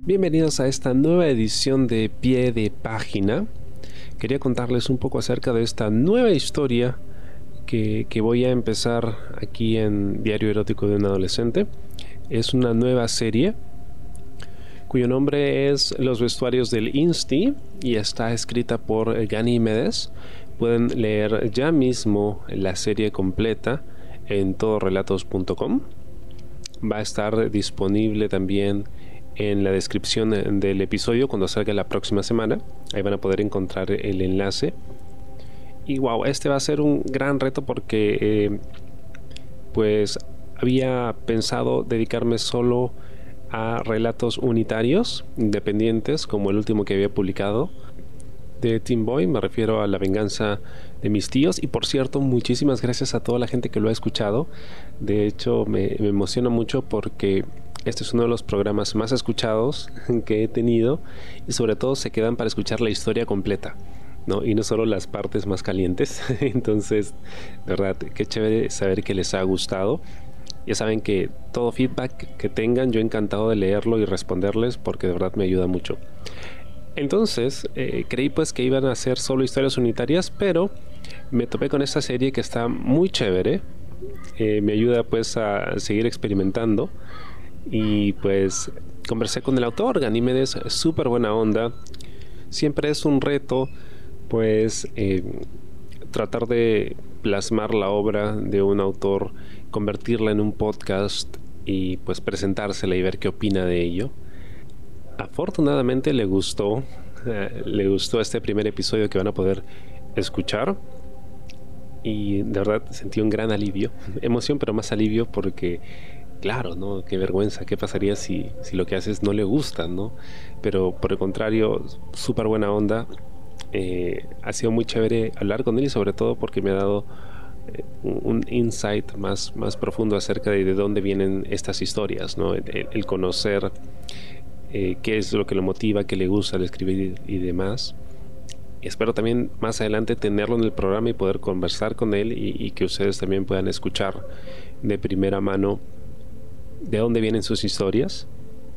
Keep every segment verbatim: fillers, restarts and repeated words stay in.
Bienvenidos a esta nueva edición de Pie de Página. Quería contarles un poco acerca de esta nueva historia que, que voy a empezar aquí en Diario Erótico de un Adolescente. Es una nueva serie cuyo nombre es Los Vestuarios del Insti y está escrita por Ganímedes. Pueden leer ya mismo la serie completa en todo relatos punto com. Va a estar disponible también en la descripción del episodio cuando salga la próxima semana. Ahí van a poder encontrar el enlace. Y wow, este va a ser un gran reto porque eh, pues había pensado dedicarme solo a relatos unitarios, independientes, como el último que había publicado de Teen Boy. Me refiero a La venganza de mis tíos. Y por cierto, muchísimas gracias a toda la gente que lo ha escuchado. De hecho, me, me emociona mucho porque este es uno de los programas más escuchados que he tenido, y sobre todo se quedan para escuchar la historia completa, ¿no? Y no solo las partes más calientes. Entonces, de verdad, qué chévere saber que les ha gustado. Ya saben que todo feedback que tengan, yo encantado de leerlo y responderles, porque de verdad me ayuda mucho. Entonces, eh, creí pues que iban a ser solo historias unitarias, pero me topé con esta serie que está muy chévere. Eh, me ayuda pues a seguir experimentando. Y pues conversé con el autor, Ganímedes, súper buena onda. Siempre es un reto pues eh, tratar de plasmar la obra de un autor, convertirla en un podcast y pues presentársela y ver qué opina de ello. Afortunadamente le gustó, eh, le gustó este primer episodio que van a poder escuchar. Y de verdad sentí un gran alivio, emoción, pero más alivio porque claro, ¿no? Qué vergüenza, qué pasaría si, si lo que haces no le gusta, ¿no? Pero por el contrario, súper buena onda. Eh, ha sido muy chévere hablar con él y sobre todo porque me ha dado eh, un insight más, más profundo acerca de, de dónde vienen estas historias, ¿no? El, el conocer eh, qué es lo que lo motiva, qué le gusta al escribir y, y demás. Y espero también más adelante tenerlo en el programa y poder conversar con él y, y que ustedes también puedan escuchar de primera mano de dónde vienen sus historias.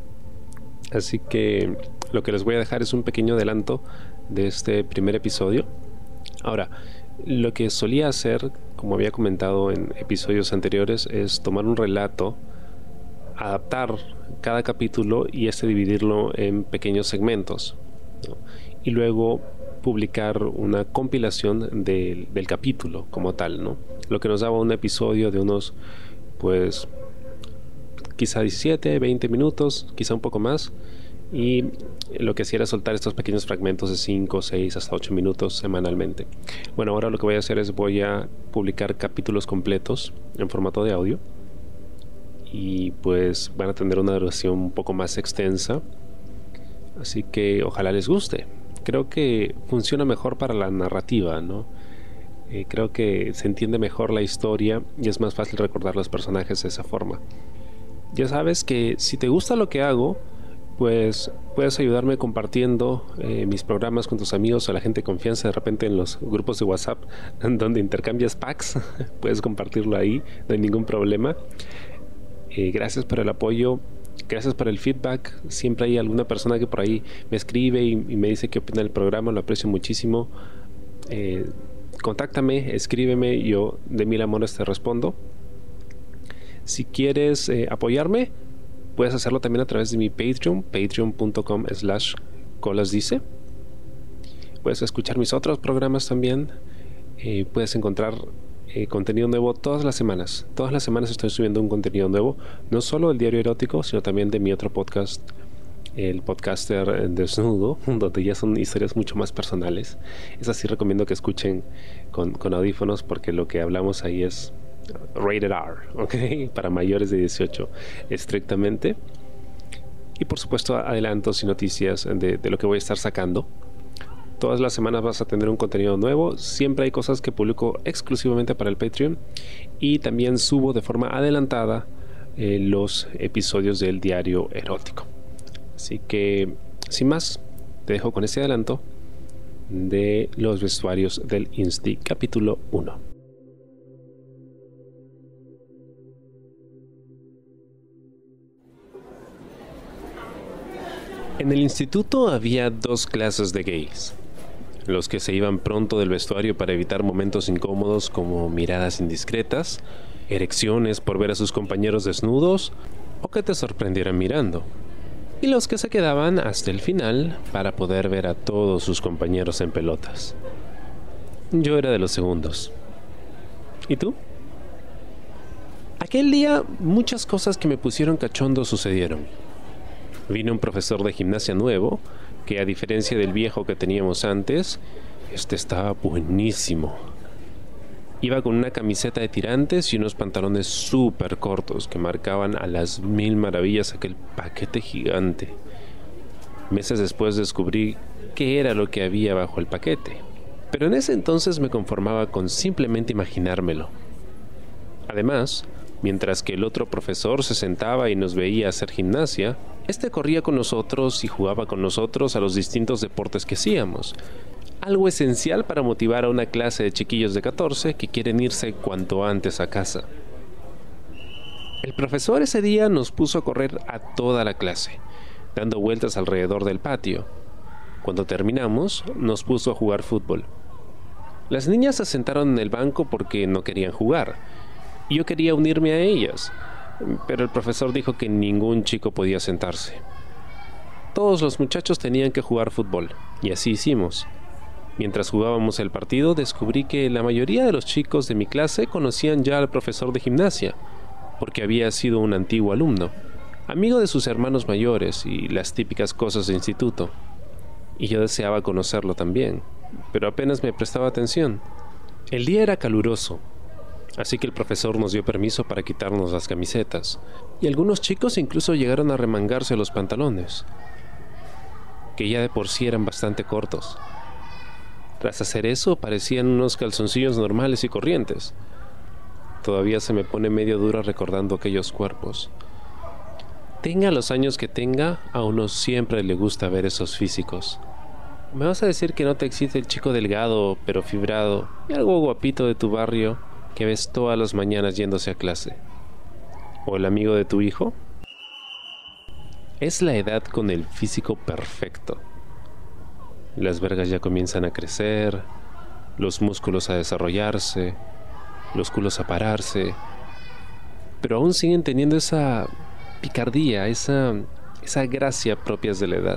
Así que lo que les voy a dejar es un pequeño adelanto de este primer episodio. Ahora, lo que solía hacer, como había comentado en episodios anteriores, es tomar un relato, adaptar cada capítulo y este dividirlo en pequeños segmentos, ¿no? Y luego publicar una compilación de, del capítulo como tal, ¿no? Lo que nos daba un episodio de unos pues quizá diecisiete, veinte minutos, quizá un poco más, y lo que hacía era soltar estos pequeños fragmentos de cinco, seis hasta ocho minutos semanalmente. Bueno, ahora lo que voy a hacer es voy a publicar capítulos completos en formato de audio y pues van a tener una duración un poco más extensa, así que ojalá les guste. Creo que funciona mejor para la narrativa, ¿no? Eh, creo que se entiende mejor la historia y es más fácil recordar los personajes de esa forma. Ya sabes que si te gusta lo que hago, pues puedes ayudarme compartiendo eh, mis programas con tus amigos o la gente de confianza. De repente en los grupos de WhatsApp donde intercambias packs, puedes compartirlo ahí, no hay ningún problema. Eh, gracias por el apoyo, gracias por el feedback. Siempre hay alguna persona que por ahí me escribe y, y me dice qué opina del programa, lo aprecio muchísimo. Eh, contáctame, escríbeme, yo de mil amores te respondo. Si quieres eh, apoyarme, puedes hacerlo también a través de mi Patreon, patreon punto com slash colasdice. Puedes escuchar mis otros programas también. Eh, puedes encontrar eh, contenido nuevo todas las semanas. Todas las semanas estoy subiendo un contenido nuevo, no solo del Diario Erótico, sino también de mi otro podcast, el Podcaster Desnudo, donde ya son historias mucho más personales. Es así, recomiendo que escuchen con, con audífonos porque lo que hablamos ahí es rated R, ¿ok? Para mayores de dieciocho estrictamente. Y por supuesto adelantos y noticias de, de lo que voy a estar sacando. Todas las semanas vas a tener un contenido nuevo. Siempre hay cosas que publico exclusivamente para el Patreon. Y también subo de forma adelantada eh, los episodios del Diario Erótico. Así que, sin más, te dejo con ese adelanto de Los Vestuarios del Insti, capítulo uno. En el instituto había dos clases de gays. Los que se iban pronto del vestuario para evitar momentos incómodos como miradas indiscretas, erecciones por ver a sus compañeros desnudos o que te sorprendieran mirando. Y los que se quedaban hasta el final para poder ver a todos sus compañeros en pelotas. Yo era de los segundos. ¿Y tú? Aquel día muchas cosas que me pusieron cachondo sucedieron. Vino un profesor de gimnasia nuevo, que a diferencia del viejo que teníamos antes, este estaba buenísimo. Iba con una camiseta de tirantes y unos pantalones súper cortos que marcaban a las mil maravillas aquel paquete gigante. Meses después descubrí qué era lo que había bajo el paquete, pero en ese entonces me conformaba con simplemente imaginármelo. Además, mientras que el otro profesor se sentaba y nos veía hacer gimnasia, este corría con nosotros y jugaba con nosotros a los distintos deportes que hacíamos. Algo esencial para motivar a una clase de chiquillos de catorce que quieren irse cuanto antes a casa. El profesor ese día nos puso a correr a toda la clase, dando vueltas alrededor del patio. Cuando terminamos, nos puso a jugar fútbol. Las niñas se sentaron en el banco porque no querían jugar. Y yo quería unirme a ellas, pero el profesor dijo que ningún chico podía sentarse. Todos los muchachos tenían que jugar fútbol, y así hicimos. Mientras jugábamos el partido, descubrí que la mayoría de los chicos de mi clase conocían ya al profesor de gimnasia, porque había sido un antiguo alumno, amigo de sus hermanos mayores y las típicas cosas de instituto. Y yo deseaba conocerlo también, pero apenas me prestaba atención. El día era caluroso, así que el profesor nos dio permiso para quitarnos las camisetas, y algunos chicos incluso llegaron a remangarse los pantalones, que ya de por sí eran bastante cortos. Tras hacer eso, parecían unos calzoncillos normales y corrientes. Todavía se me pone medio duro recordando aquellos cuerpos. Tenga los años que tenga, a uno siempre le gusta ver esos físicos. ¿Me vas a decir que no te excita el chico delgado, pero fibrado, y algo guapito de tu barrio, que ves todas las mañanas yéndose a clase? ¿O el amigo de tu hijo? Es la edad con el físico perfecto. Las vergas ya comienzan a crecer, los músculos a desarrollarse, los culos a pararse, pero aún siguen teniendo esa picardía, esa, esa gracia propias de la edad.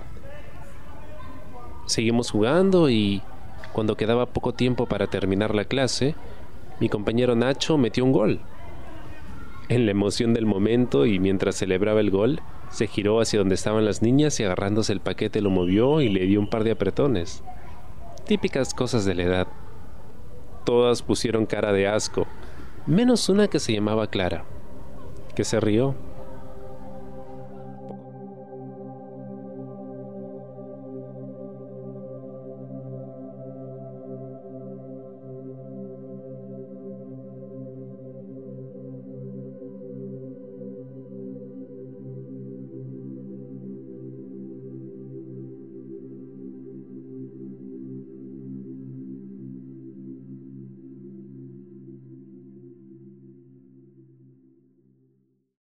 Seguimos jugando y cuando quedaba poco tiempo para terminar la clase, mi compañero Nacho metió un gol. En la emoción del momento y mientras celebraba el gol, se giró hacia donde estaban las niñas y agarrándose el paquete lo movió y le dio un par de apretones. Típicas cosas de la edad. Todas pusieron cara de asco, menos una que se llamaba Clara, que se rió.